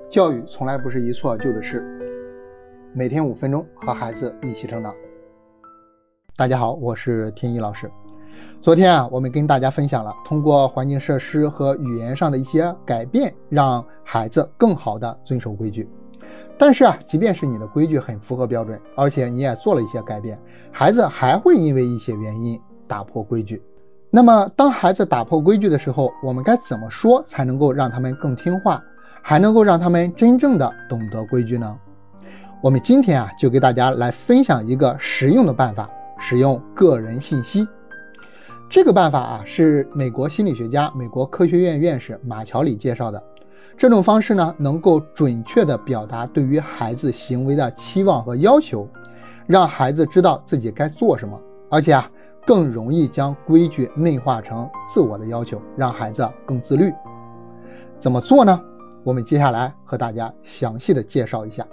教育从来不是一蹴而就的事，每天5分钟和孩子一起成长。大家好，我是天一老师。昨天我们跟大家分享了通过环境设施和语言上的一些改变，让孩子更好的遵守规矩。但是即便是你的规矩很符合标准，而且你也做了一些改变，孩子还会因为一些原因打破规矩。那么当孩子打破规矩的时候，我们该怎么说才能够让他们更听话，还能够让他们真正的懂得规矩呢？我们今天就给大家来分享一个实用的办法，使用个人信息。这个办法是美国心理学家、美国科学院院士马乔里介绍的。这种方式呢，能够准确地表达对于孩子行为的期望和要求，让孩子知道自己该做什么，而且更容易将规矩内化成自我的要求，让孩子更自律。怎么做呢？我们接下来和大家详细的介绍一下。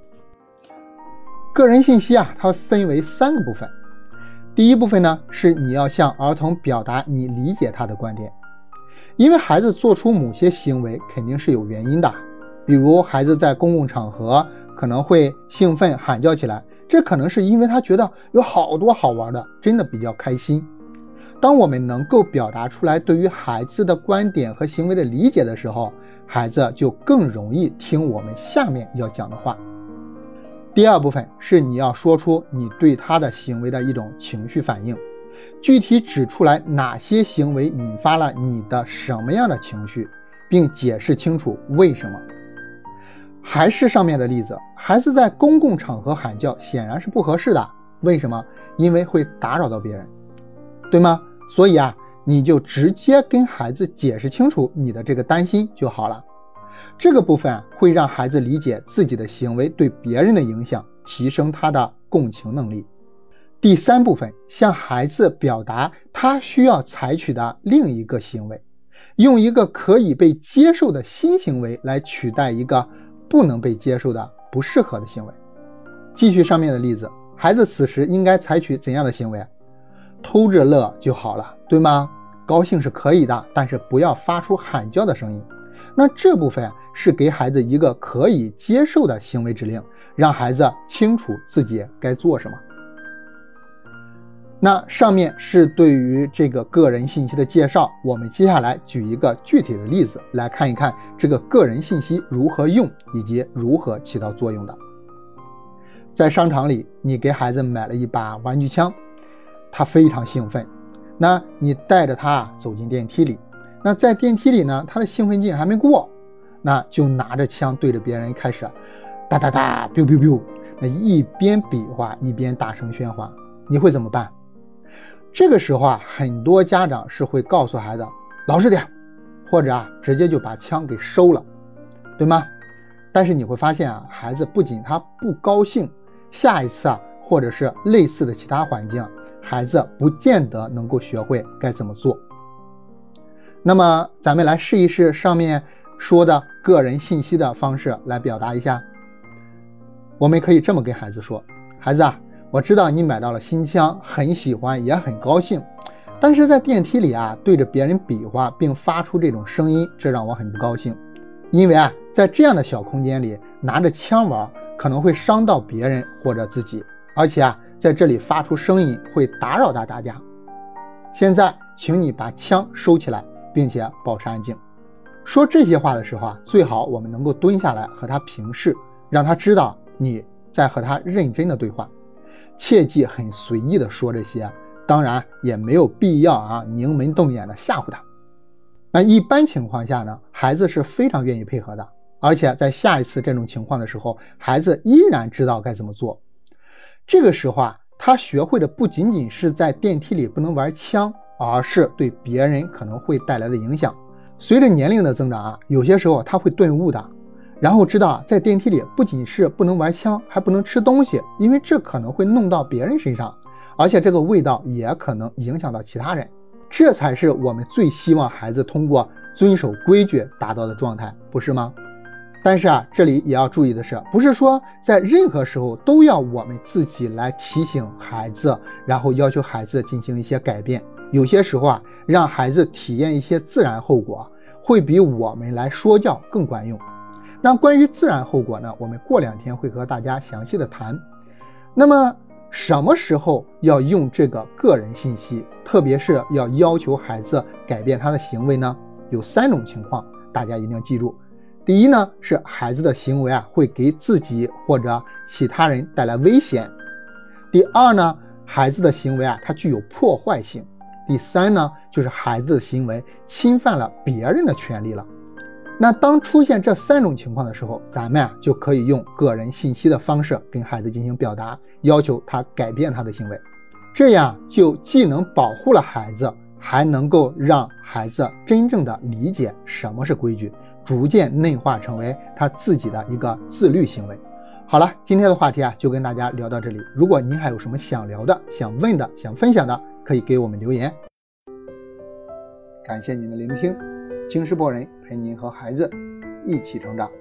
个人信息它分为3个部分。第一部分呢，是你要向儿童表达你理解他的观点。因为孩子做出某些行为肯定是有原因的，比如孩子在公共场合可能会兴奋喊叫起来，这可能是因为他觉得有好多好玩的，真的比较开心。当我们能够表达出来对于孩子的观点和行为的理解的时候，孩子就更容易听我们下面要讲的话。第二部分是你要说出你对他的行为的一种情绪反应，具体指出来哪些行为引发了你的什么样的情绪，并解释清楚为什么。还是上面的例子，孩子在公共场合喊叫显然是不合适的，为什么？因为会打扰到别人，对吗？所以你就直接跟孩子解释清楚你的这个担心就好了。这个部分会让孩子理解自己的行为对别人的影响，提升他的共情能力。第3部分，向孩子表达他需要采取的另一个行为，用一个可以被接受的新行为来取代一个不能被接受的不适合的行为。继续上面的例子，孩子此时应该采取怎样的行为？偷着乐就好了，对吗？高兴是可以的，但是不要发出喊叫的声音。那这部分是给孩子一个可以接受的行为指令，让孩子清楚自己该做什么。那上面是对于这个个人信息的介绍，我们接下来举一个具体的例子来看一看这个个人信息如何用以及如何起到作用的。在商场里，你给孩子买了一把玩具枪，他非常兴奋，那你带着他走进电梯里，那在电梯里呢，他的兴奋劲还没过，那就拿着枪对着别人开始哒哒哒 biu biu biu， 那一边比划一边大声喧哗，你会怎么办？这个时候很多家长是会告诉孩子老实点，或者直接就把枪给收了，对吗？但是你会发现孩子不仅他不高兴，下一次或者是类似的其他环境，孩子不见得能够学会该怎么做。那么咱们来试一试上面说的个人信息的方式来表达一下。我们可以这么跟孩子说，孩子我知道你买到了新枪，很喜欢也很高兴，但是在电梯里对着别人比划并发出这种声音，这让我很不高兴。因为在这样的小空间里拿着枪玩可能会伤到别人或者自己，而且在这里发出声音会打扰到大家。现在请你把枪收起来，并且保持安静。说这些话的时候最好我们能够蹲下来和他平视，让他知道你在和他认真的对话。切记很随意的说这些，当然也没有必要凝眉瞪眼的吓唬他。那一般情况下呢，孩子是非常愿意配合的，而且在下一次这种情况的时候，孩子依然知道该怎么做。这个时候他学会的不仅仅是在电梯里不能玩枪，而是对别人可能会带来的影响。随着年龄的增长有些时候他会顿悟的，然后知道在电梯里不仅是不能玩枪，还不能吃东西，因为这可能会弄到别人身上，而且这个味道也可能影响到其他人。这才是我们最希望孩子通过遵守规矩达到的状态，不是吗？但是这里也要注意的是，不是说在任何时候都要我们自己来提醒孩子，然后要求孩子进行一些改变。有些时候让孩子体验一些自然后果，会比我们来说教更管用。 那关于自然后果呢，我们过2天会和大家详细的谈。那么什么时候要用这个个人信息，特别是要求孩子改变他的行为呢？有3种情况，大家一定要记住。第一呢，是孩子的行为会给自己或者其他人带来危险。第二呢，孩子的行为它具有破坏性。第三呢，就是孩子的行为侵犯了别人的权利了。那当出现这3种情况的时候，咱们就可以用个人信息的方式跟孩子进行表达，要求他改变他的行为。这样就既能保护了孩子，还能够让孩子真正的理解什么是规矩，逐渐内化成为他自己的一个自律行为。好了，今天的话题就跟大家聊到这里。如果您还有什么想聊的、想问的、想分享的，可以给我们留言。感谢您的聆听，京师博人陪您和孩子一起成长。